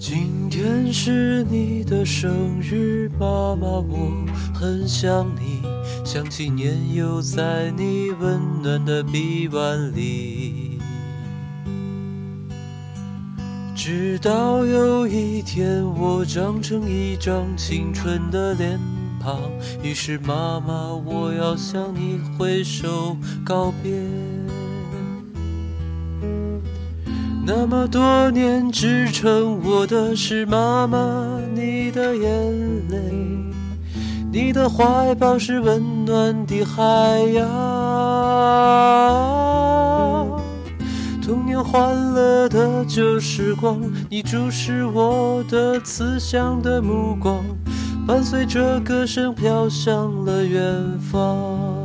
今天是你的生日，妈妈，我很想你，想起年幼在你温暖的臂弯里。直到有一天，我长成一张青春的脸庞，于是妈妈，我要向你挥手告别。那么多年支撑我的是妈妈你的眼泪，你的怀抱是温暖的海洋，童年欢乐的旧时光，你注视我的慈祥的目光，伴随着歌声飘向了远方。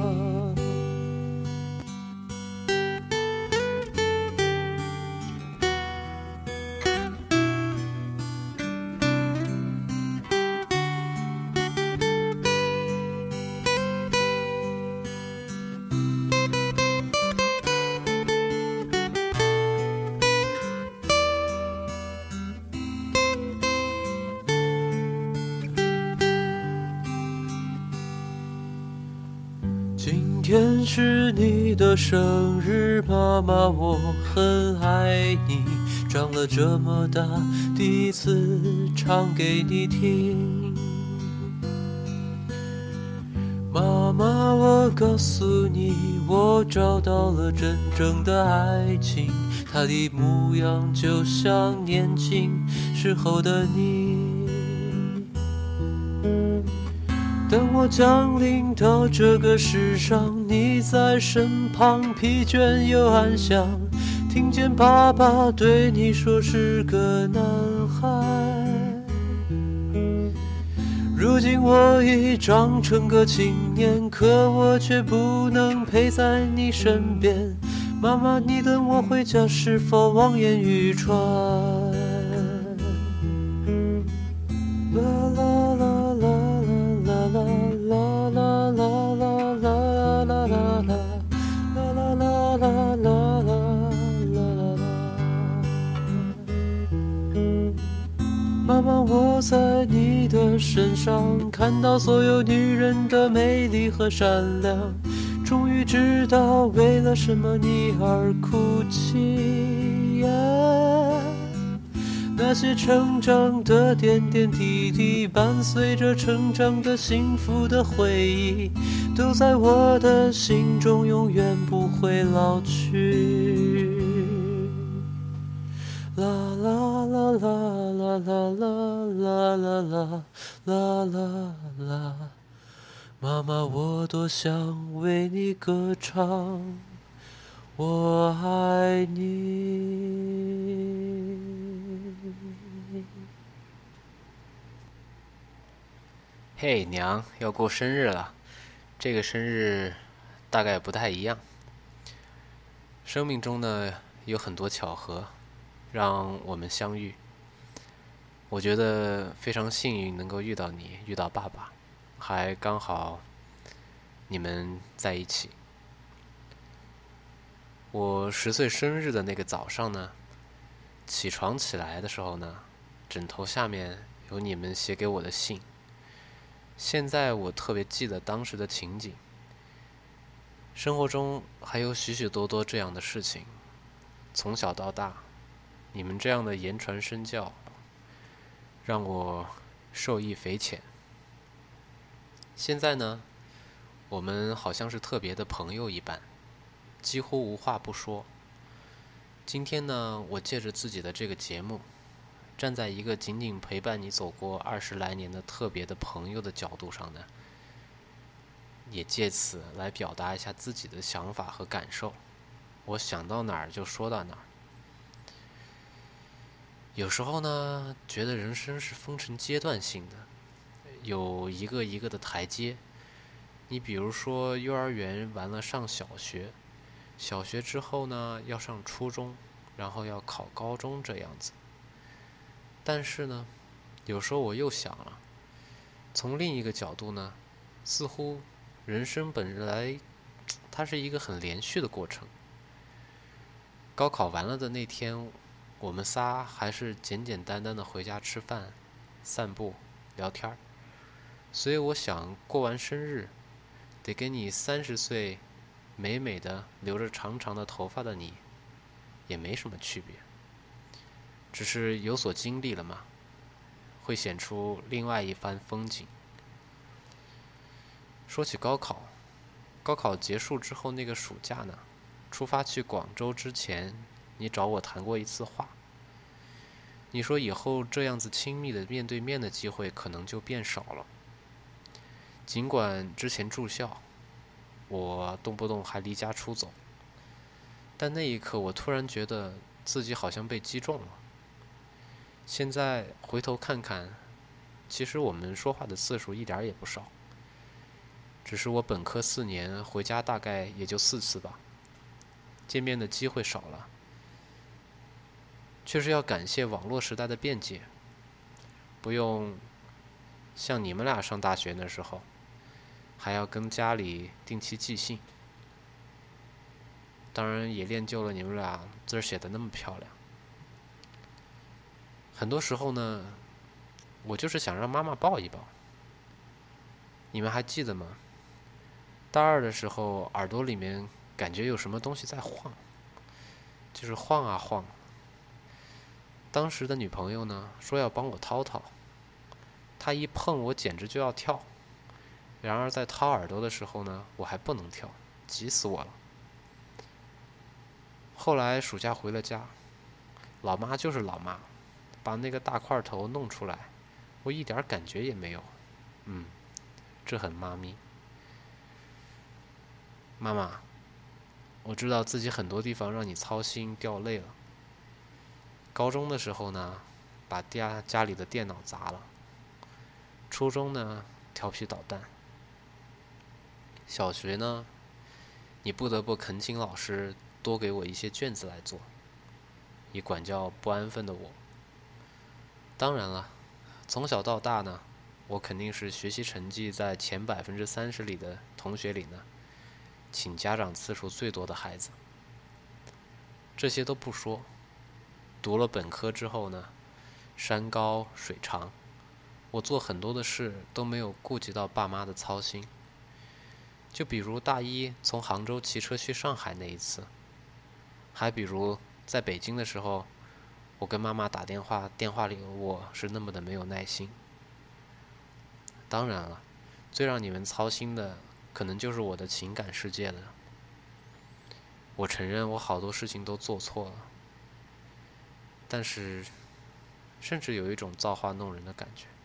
今天是你的生日，妈妈，我很爱你，长了这么大，第一次唱给你听。妈妈，我告诉你，我找到了真正的爱情，它的模样就像年轻时候的你。当我降临到这个世上，你在身旁疲倦又安详，听见爸爸对你说是个男孩。如今我已长成个青年，可我却不能陪在你身边。妈妈，你等我回家是否望眼欲穿？啦啦啦啦妈妈，我在你的身上看到所有女人的美丽和善良，终于知道为了什么你而哭泣。那些成长的点点滴滴，伴随着成长的幸福的回忆，都在我的心中永远不会老去。啦啦啦啦啦啦啦啦啦啦啦啦，妈妈，我多想为你歌唱，我爱你。 嘿，娘，要过生日了，这个生日大概不太一样。生命中呢有很多巧合，让我们相遇。我觉得非常幸运能够遇到你，遇到爸爸，还刚好你们在一起。我10岁生日的那个早上呢，起床起来的时候呢，枕头下面有你们写给我的信。现在我特别记得当时的情景，生活中还有许许多多这样的事情，从小到大，你们这样的言传身教，让我受益匪浅。现在呢，我们好像是特别的朋友一般，几乎无话不说。今天呢，我借着自己的这个节目，站在一个仅仅陪伴你走过20来年的特别的朋友的角度上呢，也借此来表达一下自己的想法和感受。我想到哪儿就说到哪儿。有时候呢，觉得人生是分成阶段性的，有一个一个的台阶。你比如说幼儿园完了上小学，小学之后呢要上初中，然后要考高中这样子。但是呢，有时候我又想了，从另一个角度呢，似乎人生本来它是一个很连续的过程。高考完了的那天， 我们仨还是简简单单的回家吃饭、散步、聊天儿。所以我想，过完生日，得给你30岁美美的留着长长的头发的你，也没什么区别，只是有所经历了嘛，会显出另外一番风景。说起高考，高考结束之后那个暑假呢，出发去广州之前，你找我谈过一次话。你说以后这样子亲密的面对面的机会可能就变少了。尽管之前住校，我动不动还离家出走，但那一刻我突然觉得自己好像被击中了。现在回头看看，其实我们说话的次数一点也不少，只是我本科4年回家大概也就4次吧，见面的机会少了。却是要感谢网络时代的便捷，不用像你们俩上大学那时候，还要跟家里定期寄信。当然也练就了你们俩字写得那么漂亮。很多时候呢，我就是想让妈妈抱一抱。你们还记得吗？大2的时候，耳朵里面感觉有什么东西在晃，就是晃啊晃。当时的女朋友呢，说要帮我掏掏，她一碰我简直就要跳。然而在掏耳朵的时候呢，我还不能跳，急死我了。后来暑假回了家，老妈就是老妈，把那个大块头弄出来，我一点感觉也没有。这很妈咪。妈妈，我知道自己很多地方让你操心掉泪了。高中的时候呢，把家里的电脑砸了。初中呢，调皮捣蛋。小学呢，你不得不恳请老师多给我一些卷子来做，以管教不安分的我。当然了，从小到大呢，我肯定是学习成绩在前30%里的同学里呢，请家长次数最多的孩子。这些都不说，读了本科之后呢，山高水长，我做很多的事都没有顾及到爸妈的操心。就比如大1从杭州骑车去上海那一次，还比如在北京的时候，我跟妈妈打电话，电话里我是那么的没有耐心。当然了，最让你们操心的可能就是我的情感世界了。我承认我好多事情都做错了，但是甚至有一种造化弄人的感觉。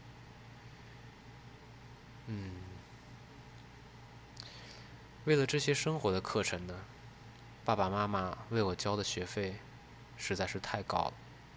为了这些生活的课程呢，爸爸妈妈为我交的学费实在是太高了。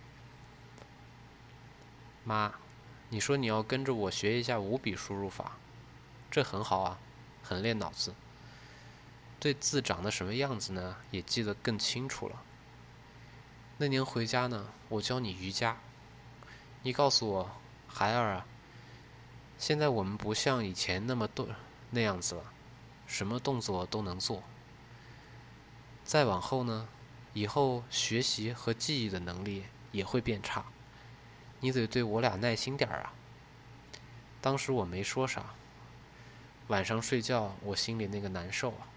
妈，你说你要跟着我学一下5笔输入法，这很好啊，很练脑子。对字长得什么样子呢，也记得更清楚了。那年回家呢，我教你瑜伽，你告诉我，孩儿啊，现在我们不像以前那样子了，什么动作都能做。再往后呢，以后学习和记忆的能力也会变差，你得对我俩耐心点啊。当时我没说啥，晚上睡觉我心里那个难受啊。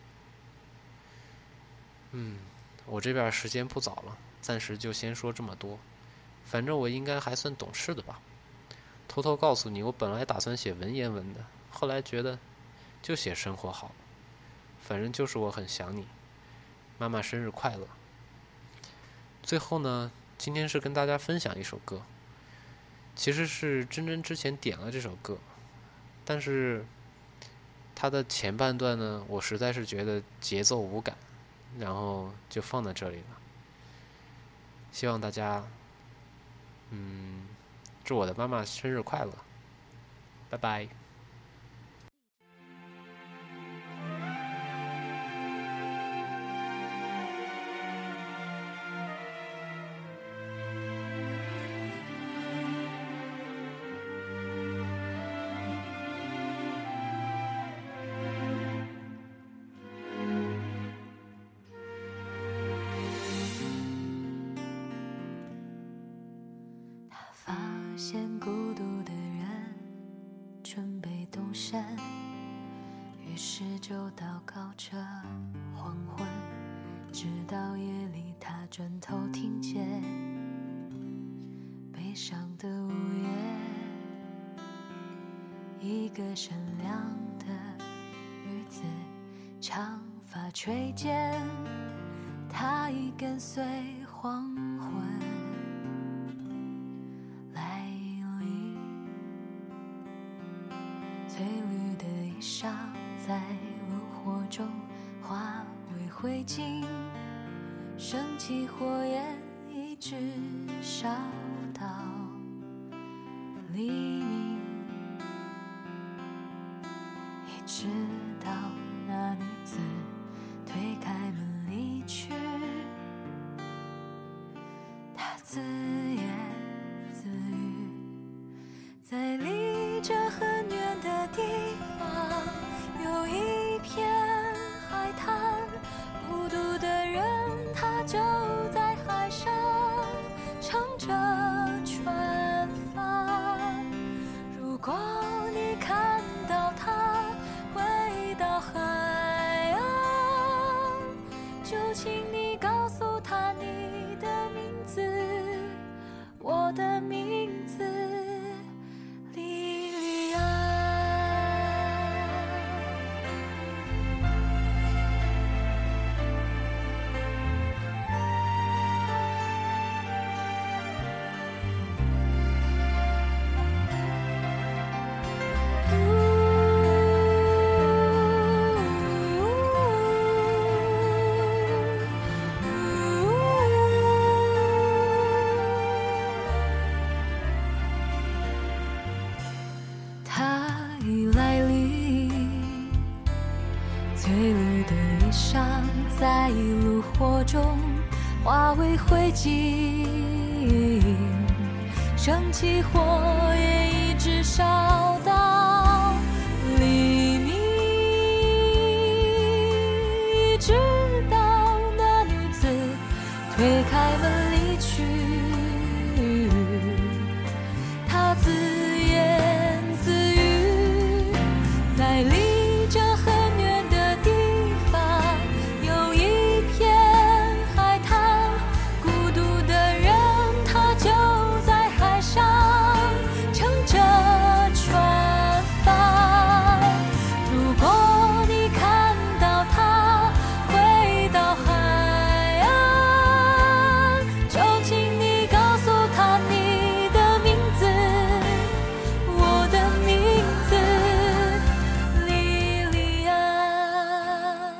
我这边时间不早了，暂时就先说这么多。反正我应该还算懂事的吧。偷偷告诉你，我本来打算写文言文的，后来觉得就写生活好了。反正就是我很想你，妈妈生日快乐。最后呢，今天是跟大家分享一首歌，其实是真真之前点了这首歌，但是它的前半段呢，我实在是觉得节奏无感，然后就放在这里了。希望大家，祝我的妈妈生日快乐，拜拜。 动身，于是就祷告着黄昏，直到夜里他转头听见悲伤的午夜，一个善良的女子，长发垂肩，她已跟随黄昏来临，翠绿的衣裳在炉火中化为灰烬，升起火焰一直烧到黎明，一直到那女子推开门离去，她自言自语，在离这很远的地方有一片海滩，孤独的人他就在海上乘着船帆，如果你看到他回到海岸，就请你告诉他你的名字，我的名字莉莉安。他已来临，翠绿的衣裳在炉火中化为灰烬，升起火焰一直烧到黎明，一直到那女子推开门离去，她自言自语，在离这很远的地方有一片海滩，孤独的人他就在海上乘着船帆，如果你看到他回到海岸，就请你告诉他你的名字，我的名字莉莉安。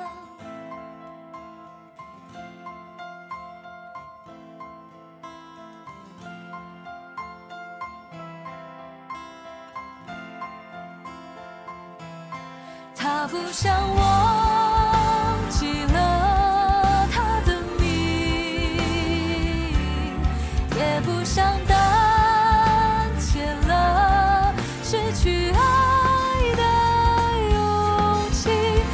他不想忘记了他的名，也不想担欠了失去爱的勇气。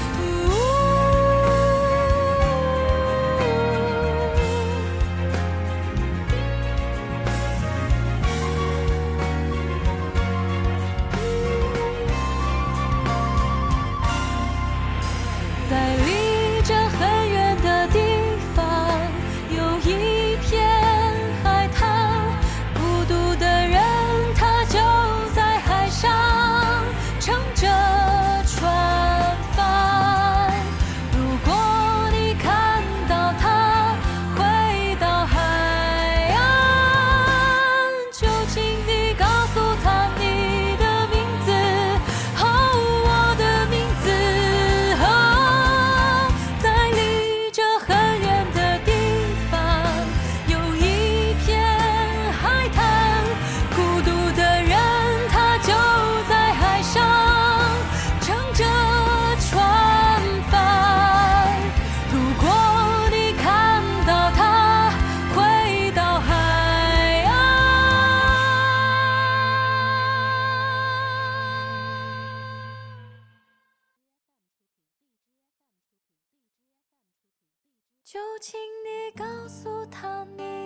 在离这很远的地方有一片海滩，孤独的人他就在海上乘着船帆，如果你看到他回到海岸，就请你告诉他你的名字，我的名字。在离这很远的地方有一片海滩，孤独的人他就在海上乘着船帆，如果你看到他回到海岸，就请你告诉他你